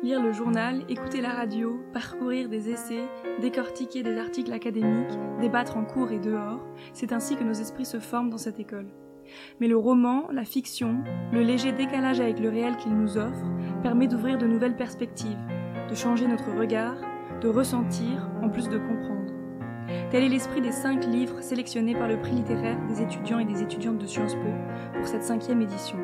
Lire le journal, écouter la radio, parcourir des essais, décortiquer des articles académiques, débattre en cours et dehors, c'est ainsi que nos esprits se forment dans cette école. Mais le roman, la fiction, le léger décalage avec le réel qu'il nous offre, permet d'ouvrir de nouvelles perspectives, de changer notre regard, de ressentir en plus de comprendre. Tel est l'esprit des 5 livres sélectionnés par le prix littéraire des étudiants et des étudiantes de Sciences Po pour cette 5e édition.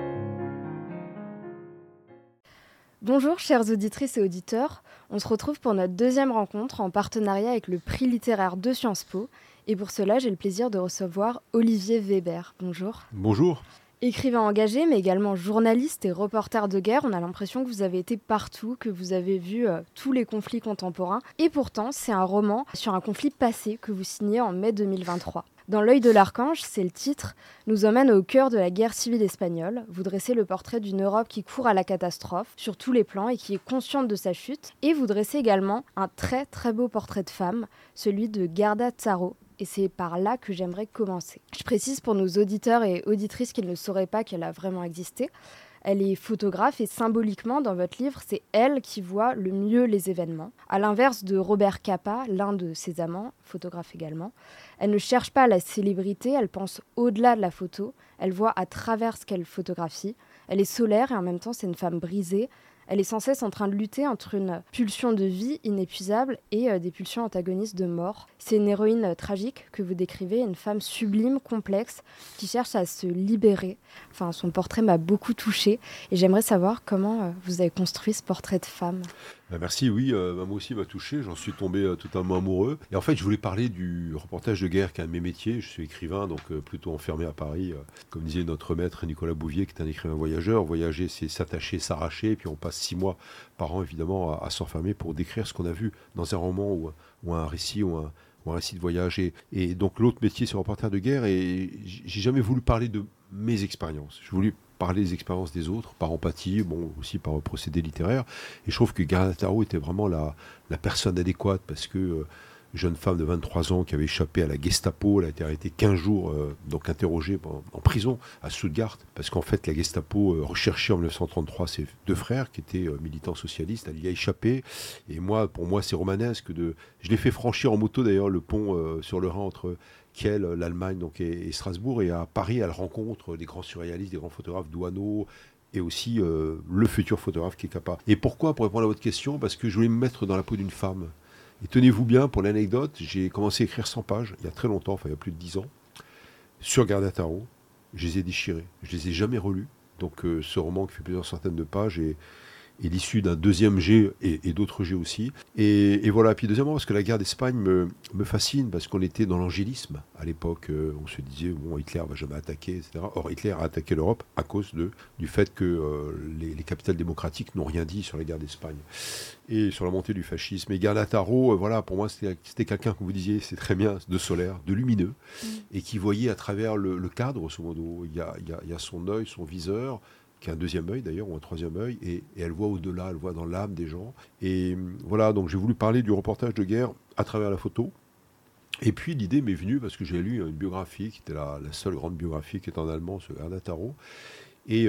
Bonjour chères auditrices et auditeurs, on se retrouve pour notre 2e rencontre en partenariat avec le prix littéraire de Sciences Po. Et pour cela, j'ai le plaisir de recevoir Olivier Weber. Bonjour. Bonjour. Écrivain engagé, mais également journaliste et reporter de guerre, on a l'impression que vous avez été partout, que vous avez vu tous les conflits contemporains. Et pourtant, c'est un roman sur un conflit passé que vous signez en mai 2023. Dans L'œil de l'archange, c'est le titre, nous emmène au cœur de la guerre civile espagnole. Vous dressez le portrait d'une Europe qui court à la catastrophe sur tous les plans et qui est consciente de sa chute. Et vous dressez également un très très beau portrait de femme, celui de Gerda Taro. Et c'est par là que j'aimerais commencer. Je précise pour nos auditeurs et auditrices qu'ils ne sauraient pas qu'elle a vraiment existé. Elle est photographe et symboliquement, dans votre livre, c'est elle qui voit le mieux les événements. À l'inverse de Robert Capa, l'un de ses amants, photographe également, elle ne cherche pas la célébrité, elle pense au-delà de la photo, elle voit à travers ce qu'elle photographie. Elle est solaire et en même temps c'est une femme brisée. Elle est sans cesse en train de lutter entre une pulsion de vie inépuisable et des pulsions antagonistes de mort. C'est une héroïne tragique que vous décrivez, une femme sublime, complexe, qui cherche à se libérer. Enfin, son portrait m'a beaucoup touchée et j'aimerais savoir comment vous avez construit ce portrait de femme. Merci, oui, moi aussi m'a touché, j'en suis tombé totalement amoureux. Et en fait, je voulais parler du reportage de guerre, qui est un de mes métiers. Je suis écrivain, donc plutôt enfermé à Paris. Comme disait notre maître Nicolas Bouvier, qui est un écrivain voyageur. Voyager, c'est s'attacher, s'arracher, et puis on passe 6 mois par an, évidemment, à s'enfermer pour décrire ce qu'on a vu dans un roman ou un récit ou un récit de voyage. Et donc l'autre métier, c'est reporter de guerre, et j'ai jamais voulu parler de mes expériences. J'ai voulu parler des expériences des autres, par empathie, bon, aussi par procédé littéraire. Et je trouve que Gerda Taro était vraiment la personne adéquate, parce que jeune femme de 23 ans qui avait échappé à la Gestapo, elle a été arrêtée 15 jours, donc interrogée en prison à Stuttgart, parce qu'en fait la Gestapo recherchait en 1933 ses 2 frères qui étaient militants socialistes. Elle y a échappé, et pour moi c'est romanesque. Je l'ai fait franchir en moto d'ailleurs le pont sur le Rhin entre Kiel, l'Allemagne donc, et Strasbourg, et à Paris elle rencontre des grands surréalistes, des grands photographes, Douaneau, et aussi le futur photographe qui est Capa. Et pourquoi? Pour répondre à votre question, parce que je voulais me mettre dans la peau d'une femme. Et tenez-vous bien, pour l'anecdote, j'ai commencé à écrire 100 pages, il y a très longtemps, enfin il y a plus de 10 ans, sur Gerda Taro. Je les ai déchirés, je les ai jamais relus. Donc ce roman qui fait plusieurs centaines de pages est l'issue d'un 2e jet et d'autres jets aussi. Et voilà, puis deuxièmement, parce que la guerre d'Espagne me fascine, parce qu'on était dans l'angélisme. À l'époque, on se disait, bon, Hitler va jamais attaquer, etc. Or, Hitler a attaqué l'Europe à cause du fait que les capitales démocratiques n'ont rien dit sur la guerre d'Espagne et sur la montée du fascisme. Et Gerda Taro, voilà, pour moi, c'était quelqu'un, comme vous disiez, c'est très bien, de solaire, de lumineux, et qui voyait à travers le cadre, grosso modo. Il y a son œil, son viseur, qui a un 2e œil d'ailleurs, ou un 3e œil, et elle voit au-delà, elle voit dans l'âme des gens. Et voilà, donc j'ai voulu parler du reportage de guerre à travers la photo. Et puis l'idée m'est venue parce que j'ai lu une biographie, qui était la seule grande biographie qui est en allemand, sur Gerda Taro, et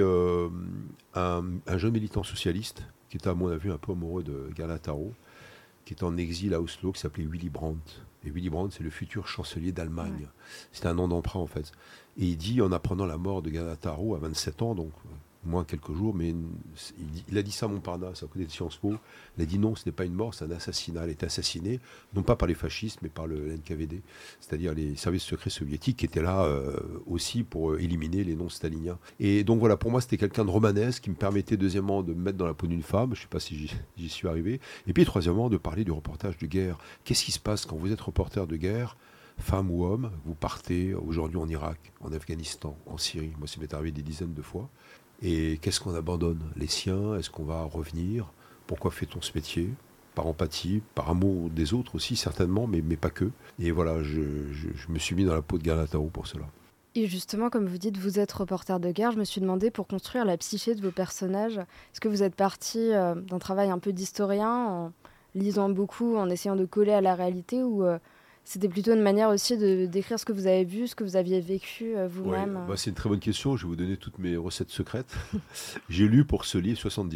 un jeune militant socialiste, qui était à mon avis un peu amoureux de Gerda Taro, qui est en exil à Oslo, qui s'appelait Willy Brandt. Et Willy Brandt, c'est le futur chancelier d'Allemagne. Ouais. C'était un nom d'emprunt, en fait. Et il dit, en apprenant la mort de Gerda Taro à 27 ans, donc moins quelques jours, mais il a dit ça à Montparnasse, à côté de Sciences Po. Il a dit non, ce n'est pas une mort, c'est un assassinat. Elle est assassinée, non pas par les fascistes, mais par le NKVD, c'est-à-dire les services secrets soviétiques qui étaient là aussi pour éliminer les non-staliniens. Et donc voilà, pour moi, c'était quelqu'un de romanesque qui me permettait, deuxièmement, de me mettre dans la peau d'une femme. Je ne sais pas si j'y suis arrivé. Et puis, troisièmement, de parler du reportage de guerre. Qu'est-ce qui se passe quand vous êtes reporter de guerre, femme ou homme, vous partez aujourd'hui en Irak, en Afghanistan, en Syrie. Moi, ça m'est arrivé des dizaines de fois. Et qu'est-ce qu'on abandonne? Les siens? Est-ce qu'on va revenir? Pourquoi fait-on ce métier? Par empathie, par amour des autres aussi, certainement, mais pas que. Et voilà, je me suis mis dans la peau de Gerda Taro pour cela. Et justement, comme vous dites, vous êtes reporter de guerre. Je me suis demandé, pour construire la psyché de vos personnages, est-ce que vous êtes parti d'un travail un peu d'historien, en lisant beaucoup, en essayant de coller à la réalité, ou c'était plutôt une manière aussi de décrire ce que vous avez vu, ce que vous aviez vécu vous-même? C'est une très bonne question. Je vais vous donner toutes mes recettes secrètes. J'ai lu pour ce livre 70 livres.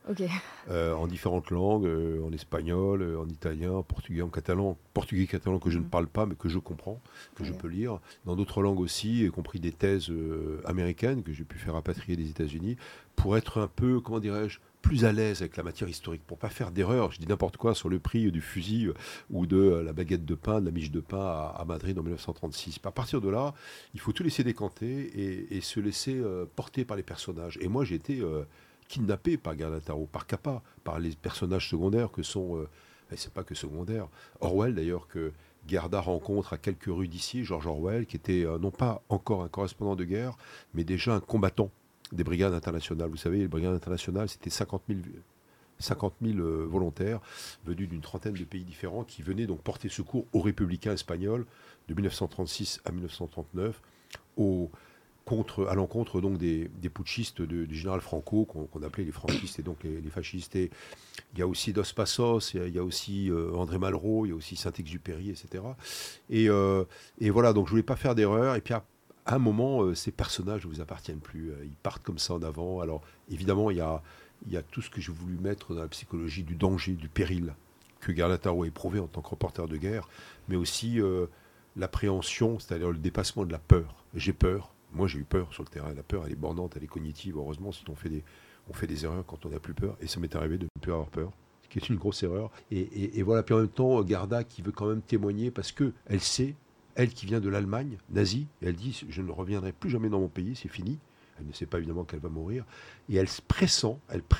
Ok. En différentes langues, en espagnol, en italien, en portugais, en catalan. Portugais, catalan que je ne parle pas, mais que je comprends, que je peux lire. Dans d'autres langues aussi, y compris des thèses américaines que j'ai pu faire rapatrier des États-Unis, pour être un peu, comment dirais-je, plus à l'aise avec la matière historique, pour pas faire d'erreur. Je dis n'importe quoi sur le prix du fusil ou de la baguette de pain, de la miche de pain à Madrid en 1936. À partir de là, il faut tout laisser décanter et se laisser porter par les personnages. Et moi, j'ai été kidnappé par Garda Taro, par Capa, par les personnages secondaires que sont, et c'est pas que secondaires, Orwell d'ailleurs, que Garda rencontre à quelques rues d'ici, George Orwell, qui était non pas encore un correspondant de guerre, mais déjà un combattant des brigades internationales. Vous savez, les brigades internationales, c'était 50 000 volontaires venus d'une trentaine de pays différents qui venaient donc porter secours aux républicains espagnols de 1936 à 1939, à l'encontre donc des putschistes du général Franco, qu'on appelait les franquistes et donc les fascistes. Et il y a aussi Dos Passos, il y a aussi André Malraux, il y a aussi Saint-Exupéry, etc. Et voilà, donc je ne voulais pas faire d'erreur. Et puis à un moment, ces personnages ne vous appartiennent plus. Ils partent comme ça en avant. Alors évidemment, il y a tout ce que j'ai voulu mettre dans la psychologie du danger, du péril que Garda Taro a éprouvé en tant que reporter de guerre, mais aussi l'appréhension, c'est-à-dire le dépassement de la peur. J'ai peur. Moi, j'ai eu peur sur le terrain. La peur, elle est bornante, elle est cognitive. Heureusement, sinon on fait des erreurs quand on n'a plus peur. Et ça m'est arrivé de ne plus avoir peur, ce qui est une grosse erreur. Et voilà. Puis en même temps, Garda qui veut quand même témoigner parce qu'elle sait, elle qui vient de l'Allemagne nazie, et elle dit « Je ne reviendrai plus jamais dans mon pays, c'est fini ». Elle ne sait pas évidemment qu'elle va mourir. Et elle pressent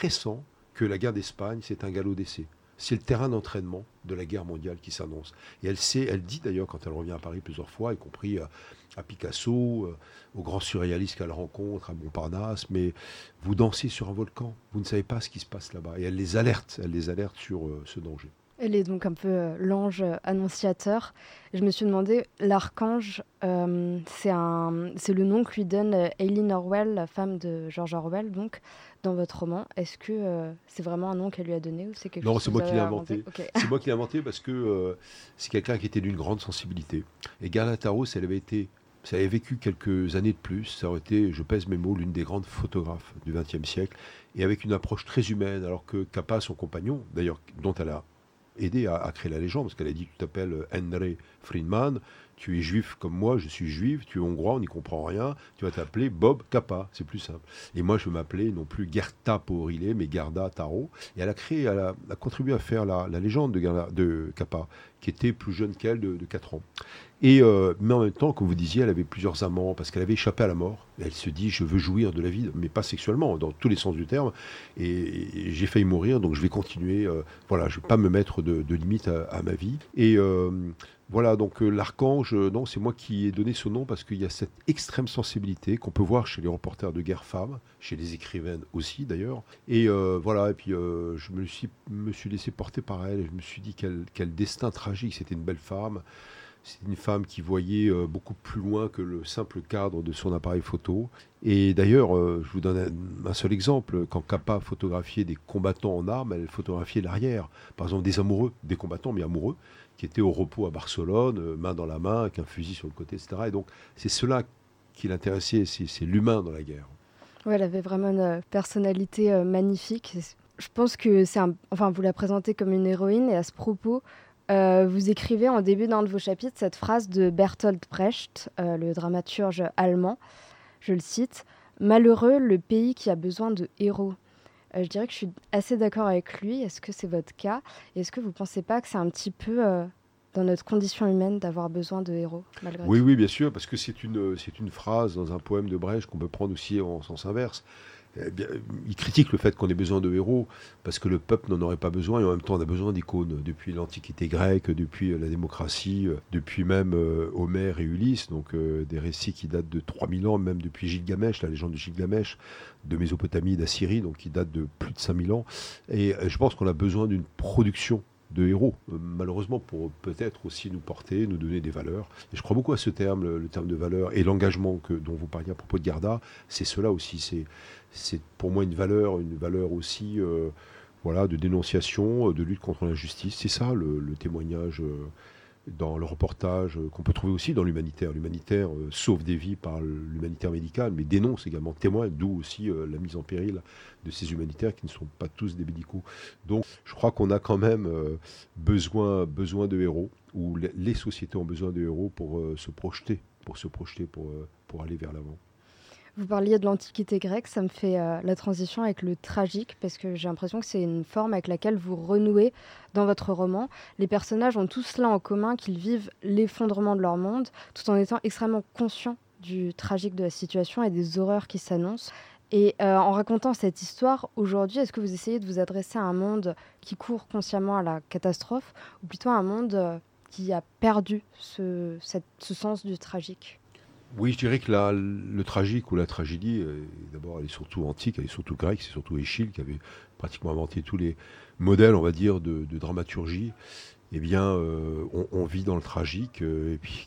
que la guerre d'Espagne, c'est un galop d'essai. C'est le terrain d'entraînement de la guerre mondiale qui s'annonce. Et elle dit d'ailleurs, quand elle revient à Paris plusieurs fois, y compris à Picasso, aux grands surréalistes qu'elle rencontre, à Montparnasse, mais vous dansez sur un volcan, vous ne savez pas ce qui se passe là-bas. Et elle les alerte sur ce danger. Elle est donc un peu l'ange annonciateur. Je me suis demandé, l'archange, c'est le nom que lui donne Eileen Orwell, la femme de George Orwell, donc, dans votre roman. Est-ce que c'est vraiment un nom qu'elle lui a donné ou c'est quelque chose c'est moi qui l'ai inventé. Okay. C'est moi qui l'ai inventé parce que c'est quelqu'un qui était d'une grande sensibilité. Et Garda Taro, si elle avait vécu quelques années de plus, ça aurait été, je pèse mes mots, l'une des grandes photographes du XXe siècle, et avec une approche très humaine, alors que Capa, son compagnon, d'ailleurs, dont elle a aidé à créer la légende, parce qu'elle a dit « Tu t'appelles Henry Friedman, tu es juif comme moi, je suis juif, tu es hongrois, on n'y comprend rien, tu vas t'appeler Bob Capa, c'est plus simple. » Et moi, je m'appelais non plus Gerta Porile, mais Garda Taro. Et elle a contribué à faire la légende de Capa, qui était plus jeune qu'elle de 4 ans. Mais en même temps, comme vous disiez, elle avait plusieurs amants, parce qu'elle avait échappé à la mort. Et elle se dit, je veux jouir de la vie, mais pas sexuellement, dans tous les sens du terme. Et j'ai failli mourir, donc je vais continuer. Je ne vais pas me mettre de limite à ma vie. Et voilà, donc l'archange, non, c'est moi qui ai donné ce nom, parce qu'il y a cette extrême sensibilité qu'on peut voir chez les reporters de guerre femmes, chez les écrivaines aussi d'ailleurs. Et voilà, et puis je me suis laissé porter par elle, et je me suis dit quel destin tragique, c'était une belle femme. C'est une femme qui voyait beaucoup plus loin que le simple cadre de son appareil photo. Et d'ailleurs, je vous donne un seul exemple. Quand Capa photographiait des combattants en armes, elle photographiait l'arrière. Par exemple, des amoureux, des combattants, mais amoureux, qui étaient au repos à Barcelone, main dans la main, avec un fusil sur le côté, etc. Et donc, c'est cela qui l'intéressait, c'est l'humain dans la guerre. Ouais, elle avait vraiment une personnalité magnifique. Je pense que vous la présentez comme une héroïne, et à ce propos, vous écrivez en début d'un de vos chapitres cette phrase de Bertolt Brecht, le dramaturge allemand. Je le cite, « Malheureux le pays qui a besoin de héros ». Je dirais que je suis assez d'accord avec lui. Est-ce que c'est votre cas? Et est-ce que vous ne pensez pas que c'est un petit peu dans notre condition humaine d'avoir besoin de héros, malgré tout? Oui, bien sûr, parce que c'est une phrase dans un poème de Brecht qu'on peut prendre aussi en sens inverse. Il critique le fait qu'on ait besoin de héros, parce que le peuple n'en aurait pas besoin, et en même temps on a besoin d'icônes, depuis l'Antiquité grecque, depuis la démocratie, depuis même Homère et Ulysse, donc des récits qui datent de 3000 ans, même depuis Gilgamesh, la légende de Gilgamesh, de Mésopotamie, d'Assyrie, donc qui date de plus de 5000 ans. Et je pense qu'on a besoin d'une production de héros, malheureusement, pour peut-être aussi nous porter, nous donner des valeurs. Et je crois beaucoup à ce terme, le terme de valeur, et l'engagement dont vous parliez à propos de Garda, c'est cela aussi, c'est pour moi une valeur aussi de dénonciation, de lutte contre l'injustice. C'est ça le témoignage dans le reportage qu'on peut trouver aussi dans l'humanitaire. L'humanitaire sauve des vies par l'humanitaire médical, mais dénonce également, témoigne, d'où aussi la mise en péril de ces humanitaires qui ne sont pas tous des médicaux. Donc je crois qu'on a quand même besoin de héros, ou les sociétés ont besoin de héros pour se projeter, pour aller vers l'avant. Vous parliez de l'Antiquité grecque, ça me fait la transition avec le tragique, parce que j'ai l'impression que c'est une forme avec laquelle vous renouez dans votre roman. Les personnages ont tous cela en commun, qu'ils vivent l'effondrement de leur monde, tout en étant extrêmement conscients du tragique de la situation et des horreurs qui s'annoncent. Et en racontant cette histoire, aujourd'hui, est-ce que vous essayez de vous adresser à un monde qui court consciemment à la catastrophe, ou plutôt à un monde qui a perdu ce sens du tragique ? Oui, je dirais que le tragique ou la tragédie, d'abord, elle est surtout antique, elle est surtout grecque, c'est surtout Échille qui avait pratiquement inventé tous les modèles, on va dire, de dramaturgie. Eh bien, on vit dans le tragique, et puis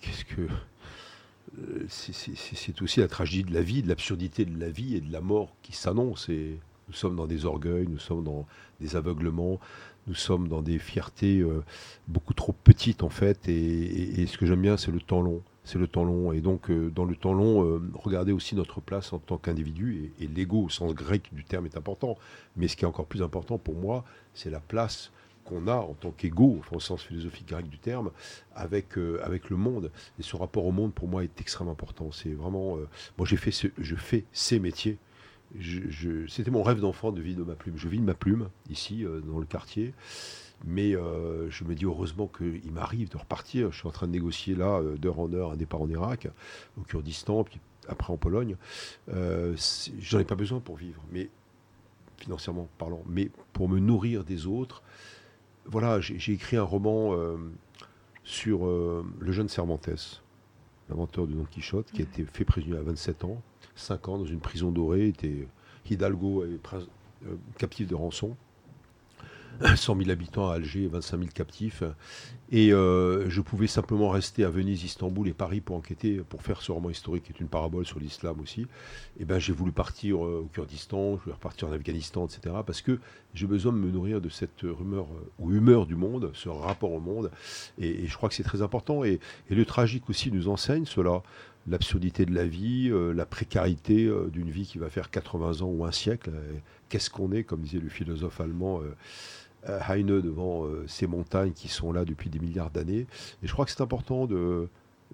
c'est aussi la tragédie de la vie, de l'absurdité de la vie et de la mort qui s'annonce. Et nous sommes dans des orgueils, nous sommes dans des aveuglements, nous sommes dans des fiertés beaucoup trop petites en fait. Et ce que j'aime bien, c'est le temps long. C'est le temps long. Et donc, dans le temps long, regardez aussi notre place en tant qu'individu. Et l'ego, au sens grec du terme, est important. Mais ce qui est encore plus important pour moi, c'est la place qu'on a en tant qu'ego, au sens philosophique grec du terme, avec le monde. Et ce rapport au monde, pour moi, est extrêmement important. C'est vraiment... moi, je fais ces métiers. C'était mon rêve d'enfant de vivre de ma plume. Je vis de ma plume, ici, dans le quartier. Mais je me dis heureusement qu'il m'arrive de repartir. Je suis en train de négocier là, d'heure en heure, un départ en Irak, au Kurdistan, puis après en Pologne. J'en ai pas besoin pour vivre, mais financièrement parlant, mais pour me nourrir des autres. Voilà, j'ai écrit un roman sur le jeune Cervantes, l'inventeur de Don Quichotte, qui a été fait prisonnier à 27 ans, 5 ans dans une prison dorée, était Hidalgo, captif de rançon. 100 000 habitants à Alger, 25 000 captifs. Et je pouvais simplement rester à Venise, Istanbul et Paris pour enquêter, pour faire ce roman historique qui est une parabole sur l'islam aussi. Et ben j'ai voulu partir au Kurdistan, je voulais repartir en Afghanistan, etc. Parce que j'ai besoin de me nourrir de cette humeur du monde, ce rapport au monde. Et je crois que c'est très important. Et le tragique aussi nous enseigne cela. L'absurdité de la vie, la précarité d'une vie qui va faire 80 ans ou un siècle. Qu'est-ce qu'on est, comme disait le philosophe allemand Heine, devant ces montagnes qui sont là depuis des milliards d'années. Et je crois que c'est important de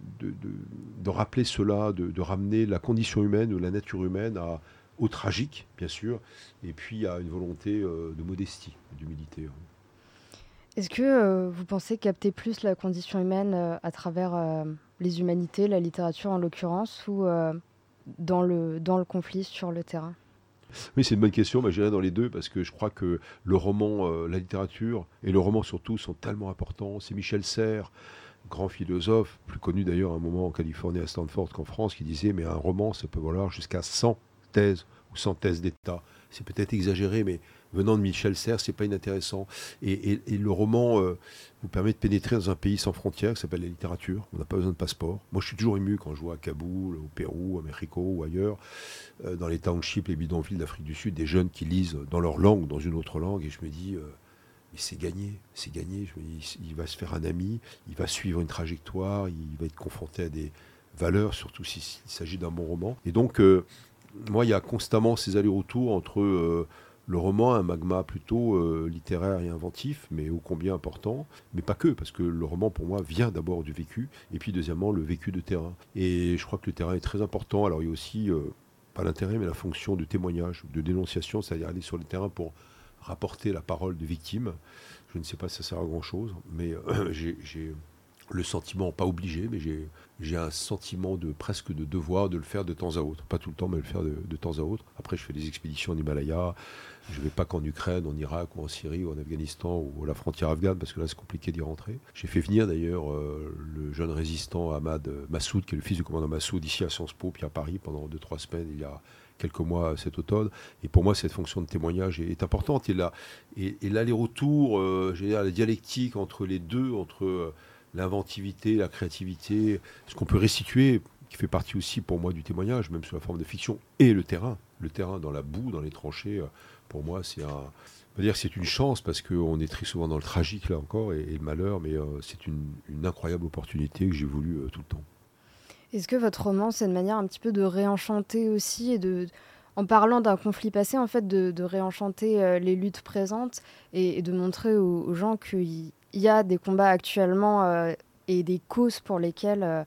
rappeler cela, de ramener la condition humaine ou la nature humaine au tragique, bien sûr, et puis à une volonté de modestie, d'humilité. Est-ce que vous pensez capter plus la condition humaine à travers les humanités, la littérature en l'occurrence, ou dans le conflit sur le terrain ? Oui, c'est une bonne question. J'irai dans les deux parce que je crois que le roman, la littérature et le roman surtout sont tellement importants. C'est Michel Serres, grand philosophe, plus connu d'ailleurs à un moment en Californie à Stanford qu'en France, qui disait mais un roman, ça peut valoir jusqu'à 100 thèses ou 100 thèses d'État. C'est peut-être exagéré, mais venant de Michel Serres, c'est pas inintéressant. Et le roman vous permet de pénétrer dans un pays sans frontières qui s'appelle la littérature. On n'a pas besoin de passeport. Moi, je suis toujours ému quand je vois à Kaboul, au Pérou, à Mexico ou ailleurs, dans les townships, les bidonvilles d'Afrique du Sud, des jeunes qui lisent dans leur langue, dans une autre langue, et je me dis, mais c'est gagné. Je me dis, il va se faire un ami, il va suivre une trajectoire, il va être confronté à des valeurs, surtout s'il s'agit d'un bon roman. Et donc, moi, il y a constamment ces allers-retours entre le roman, un magma plutôt littéraire et inventif, mais ô combien important, mais pas que, parce que le roman, pour moi, vient d'abord du vécu, et puis deuxièmement, le vécu de terrain. Et je crois que le terrain est très important. Alors, il y a aussi, pas l'intérêt, mais la fonction de témoignage, de dénonciation, c'est-à-dire aller sur le terrain pour rapporter la parole de victimes. Je ne sais pas si ça sert à grand-chose, mais j'ai le sentiment, pas obligé, mais j'ai un sentiment presque de devoir de le faire de temps à autre. Pas tout le temps, mais le faire de temps à autre. Après, je fais des expéditions en Himalaya. Je ne vais pas qu'en Ukraine, en Irak, ou en Syrie, ou en Afghanistan, ou à la frontière afghane, parce que là, c'est compliqué d'y rentrer. J'ai fait venir d'ailleurs le jeune résistant Ahmad Massoud, qui est le fils du commandant Massoud, ici à Sciences Po, puis à Paris, pendant 2-3 semaines, il y a quelques mois cet automne. Et pour moi, cette fonction de témoignage est importante. Et l'aller-retour, la dialectique entre les deux, entre l'inventivité, la créativité, ce qu'on peut restituer, qui fait partie aussi pour moi du témoignage, même sous la forme de fiction, et le terrain dans la boue, dans les tranchées, pour moi c'est On va dire que c'est une chance parce qu'on est très souvent dans le tragique là encore et le malheur, mais c'est une incroyable opportunité que j'ai voulu tout le temps. Est-ce que votre roman, c'est une manière un petit peu de réenchanter aussi en parlant d'un conflit passé, en fait, de réenchanter les luttes présentes et de montrer aux gens qu'il y a des combats actuellement et des causes pour lesquelles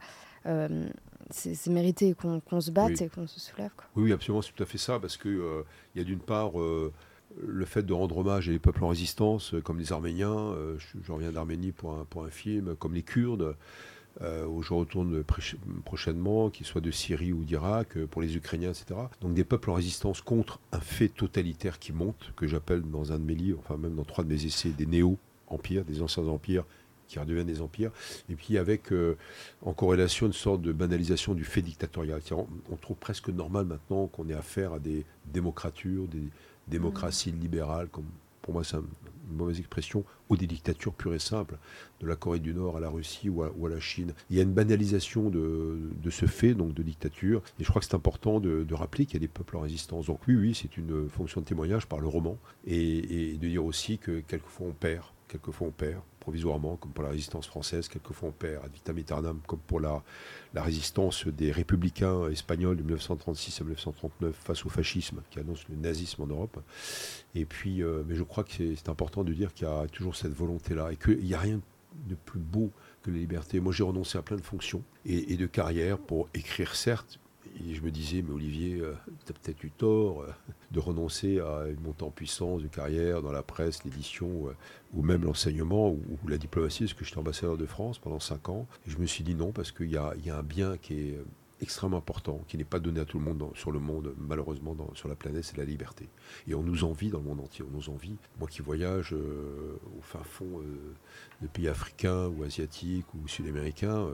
c'est mérité qu'on se batte et qu'on se soulève, quoi. Oui, absolument, c'est tout à fait ça, parce qu'il y a d'une part le fait de rendre hommage à des peuples en résistance, comme les Arméniens, je reviens d'Arménie pour un film, comme les Kurdes, où je retourne prochainement, qu'ils soient de Syrie ou d'Irak, pour les Ukrainiens, etc. Donc des peuples en résistance contre un fait totalitaire qui monte, que j'appelle dans un de mes livres, enfin même dans 3 de mes essais, des néo-empires, des anciens empires qui redeviennent des empires, et puis avec en corrélation une sorte de banalisation du fait dictatorial. On trouve presque normal maintenant qu'on ait affaire à des démocratures, des démocraties libérales, comme pour moi c'est une mauvaise expression, ou des dictatures pures et simples, de la Corée du Nord à la Russie ou à la Chine. Il y a une banalisation de ce fait, donc de dictature, et je crois que c'est important de rappeler qu'il y a des peuples en résistance. Donc oui, c'est une fonction de témoignage par le roman, et de dire aussi que quelquefois on perd, provisoirement, comme pour la résistance française, quelquefois on perd ad vitam aeternam, comme pour la résistance des républicains espagnols de 1936 à 1939 face au fascisme qui annonce le nazisme en Europe. Et puis, mais je crois que c'est important de dire qu'il y a toujours cette volonté-là et qu'il n'y a rien de plus beau que la liberté. Moi, j'ai renoncé à plein de fonctions et de carrières pour écrire, certes. Et je me disais, mais Olivier, tu as peut-être eu tort de renoncer à une montée en puissance de carrière dans la presse, l'édition, ou même l'enseignement, ou la diplomatie, parce que j'étais ambassadeur de France pendant 5 ans. Et je me suis dit non, parce qu'il y a un bien qui est extrêmement important, qui n'est pas donné à tout le monde sur le monde, malheureusement sur la planète, c'est la liberté. Et on nous envie dans le monde entier, on nous envie. Moi qui voyage au fin fond de pays africains ou asiatiques ou sud-américains,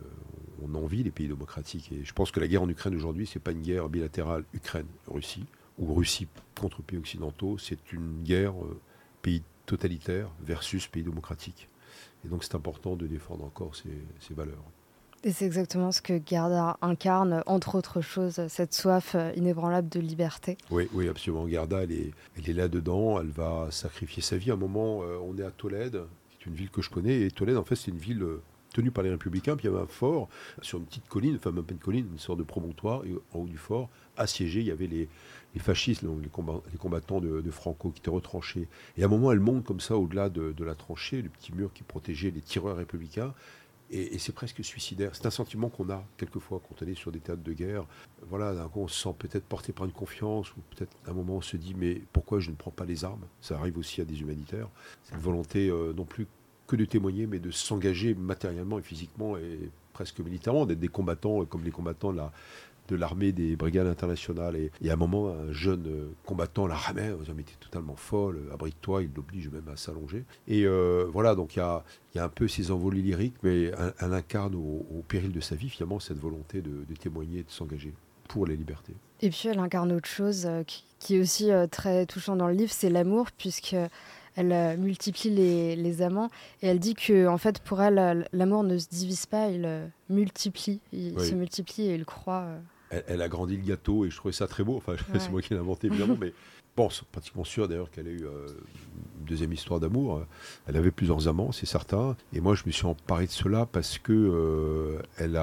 on envie les pays démocratiques. Et je pense que la guerre en Ukraine aujourd'hui, c'est pas une guerre bilatérale Ukraine-Russie ou Russie contre pays occidentaux, c'est une guerre pays totalitaire versus pays démocratiques. Et donc c'est important de défendre encore ces valeurs. Et c'est exactement ce que Gerda incarne, entre autres choses, cette soif inébranlable de liberté. Oui, absolument. Gerda, elle est là-dedans, elle va sacrifier sa vie. À un moment, on est à Tolède, qui est une ville que je connais, et Tolède, en fait, c'est une ville tenue par les Républicains, puis il y avait un fort sur une petite colline, enfin même pas une colline, une sorte de promontoire, et en haut du fort, assiégé, il y avait les fascistes, donc les combattants de Franco qui étaient retranchés. Et à un moment, elle monte comme ça, au-delà de la tranchée, le petit mur qui protégeait les tireurs républicains. Et c'est presque suicidaire. C'est un sentiment qu'on a quelquefois quand on est sur des théâtres de guerre. Voilà, d'un coup on se sent peut-être porté par une confiance, ou peut-être à un moment on se dit mais pourquoi je ne prends pas les armes ? Ça arrive aussi à des humanitaires. C'est une volonté non plus que de témoigner, mais de s'engager matériellement et physiquement et presque militairement, d'être des combattants comme les combattants de l'armée des brigades internationales. Et à un moment, un jeune combattant la ramait, on disait mais t'es totalement folle, abrite-toi, il l'oblige même à s'allonger. Et voilà, donc il y a un peu ces envolées lyriques, mais elle incarne au péril de sa vie finalement cette volonté de témoigner et de s'engager pour les libertés. Et puis elle incarne autre chose qui est aussi très touchant dans le livre, c'est l'amour, puisque elle multiplie les amants, et elle dit que en fait pour elle l'amour ne se divise pas, il multiplie, il se multiplie et il croît. Elle a grandi le gâteau et je trouvais ça très beau. Enfin, c'est moi qui l'ai inventé évidemment, mais bon, c'est pratiquement sûr d'ailleurs qu'elle a eu une deuxième histoire d'amour. Elle avait plusieurs amants, c'est certain. Et moi, je me suis emparé de cela parce que elle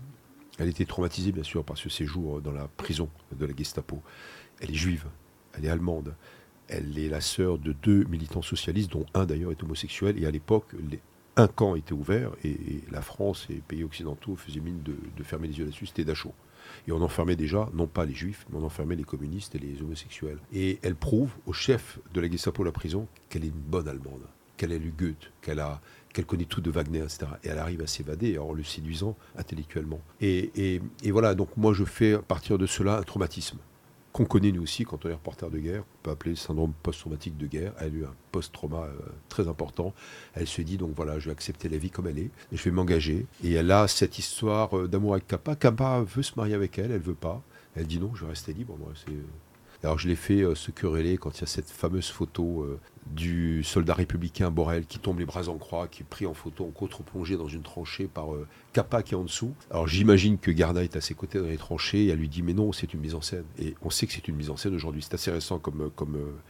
était traumatisée bien sûr par ce séjour dans la prison de la Gestapo. Elle est juive, elle est allemande. Elle est la sœur de 2 militants socialistes, dont un d'ailleurs est homosexuel. Et à l'époque, un camp était ouvert et la France et les pays occidentaux faisaient mine de fermer les yeux là-dessus, c'était Dachau. Et on enfermait déjà, non pas les juifs, mais on enfermait les communistes et les homosexuels. Et elle prouve au chef de la Gestapo, la prison, qu'elle est une bonne Allemande, qu'elle a lu Goethe, qu'elle connaît tout de Wagner, etc. Et elle arrive à s'évader en le séduisant intellectuellement. Et voilà, donc moi je fais à partir de cela un traumatisme qu'on connaît nous aussi quand on est reporter de guerre, on peut appeler le syndrome post-traumatique de guerre. Elle a eu un post-trauma très important. Elle se dit donc voilà, je vais accepter la vie comme elle est, et je vais m'engager. Et elle a cette histoire d'amour avec Capa. Capa veut se marier avec elle veut pas. Elle dit non, je vais rester libre. Moi, alors je l'ai fait se quereller quand il y a cette fameuse photo du soldat républicain Borel qui tombe les bras en croix, qui est pris en photo en contre-plongée dans une tranchée par Capa qui est en dessous. Alors j'imagine que Gerda est à ses côtés dans les tranchées et elle lui dit mais non, c'est une mise en scène. Et on sait que c'est une mise en scène aujourd'hui. C'est assez récent comme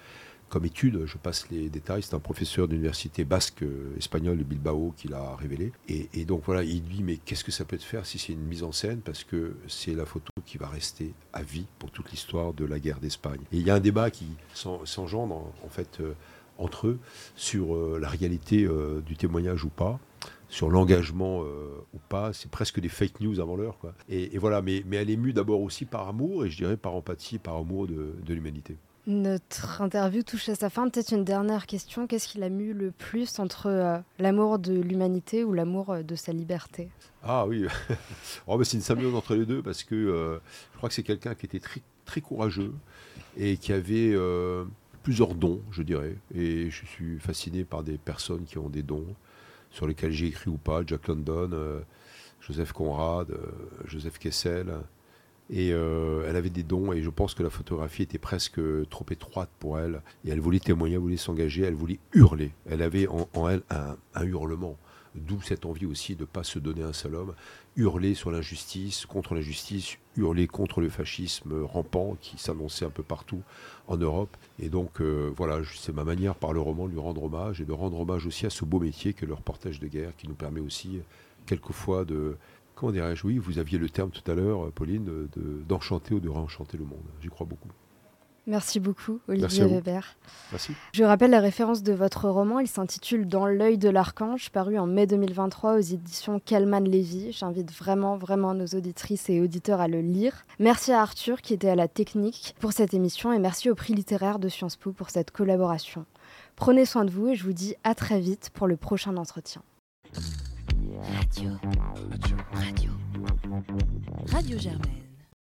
comme étude. Je passe les détails. C'est un professeur d'université basque espagnole de Bilbao qui l'a révélé. Et donc voilà, il dit mais qu'est-ce que ça peut te faire si c'est une mise en scène, parce que c'est la photo qui va rester à vie pour toute l'histoire de la guerre d'Espagne. Et il y a un débat qui s'engendre en fait entre eux sur la réalité du témoignage ou pas, sur l'engagement ou pas. C'est presque des fake news avant l'heure, quoi. Et voilà, mais elle est mue d'abord aussi par amour, et je dirais par empathie, par amour de l'humanité. Notre interview touche à sa fin. Peut-être une dernière question. Qu'est-ce qui l'a mue le plus entre l'amour de l'humanité ou l'amour de sa liberté ? Ah oui, c'est une symbiose entre les deux, parce que je crois que c'est quelqu'un qui était très, très courageux et qui avait plusieurs dons, je dirais. Et je suis fasciné par des personnes qui ont des dons, sur lesquels j'ai écrit ou pas. Jack London, Joseph Conrad, Joseph Kessel. Et elle avait des dons, et je pense que la photographie était presque trop étroite pour elle. Et elle voulait témoigner, elle voulait s'engager, elle voulait hurler. Elle avait en elle un hurlement. D'où cette envie aussi de ne pas se donner un seul homme. Hurler sur l'injustice, contre l'injustice, hurler contre le fascisme rampant qui s'annonçait un peu partout en Europe. Et donc voilà, c'est ma manière par le roman de lui rendre hommage, et de rendre hommage aussi à ce beau métier qu'est le reportage de guerre, qui nous permet aussi quelquefois de... Comment dirais-je ? Oui, vous aviez le terme tout à l'heure, Pauline, d'enchanter ou de réenchanter le monde. J'y crois beaucoup. Merci beaucoup, Olivier Weber. Merci. Je rappelle la référence de votre roman. Il s'intitule « Dans l'œil de l'archange », paru en mai 2023 aux éditions Kallman-Lévy. J'invite vraiment nos auditrices et auditeurs à le lire. Merci à Arthur qui était à la technique pour cette émission, et merci au Prix littéraire de Sciences Po pour cette collaboration. Prenez soin de vous et je vous dis à très vite pour le prochain entretien. Radio Germaine.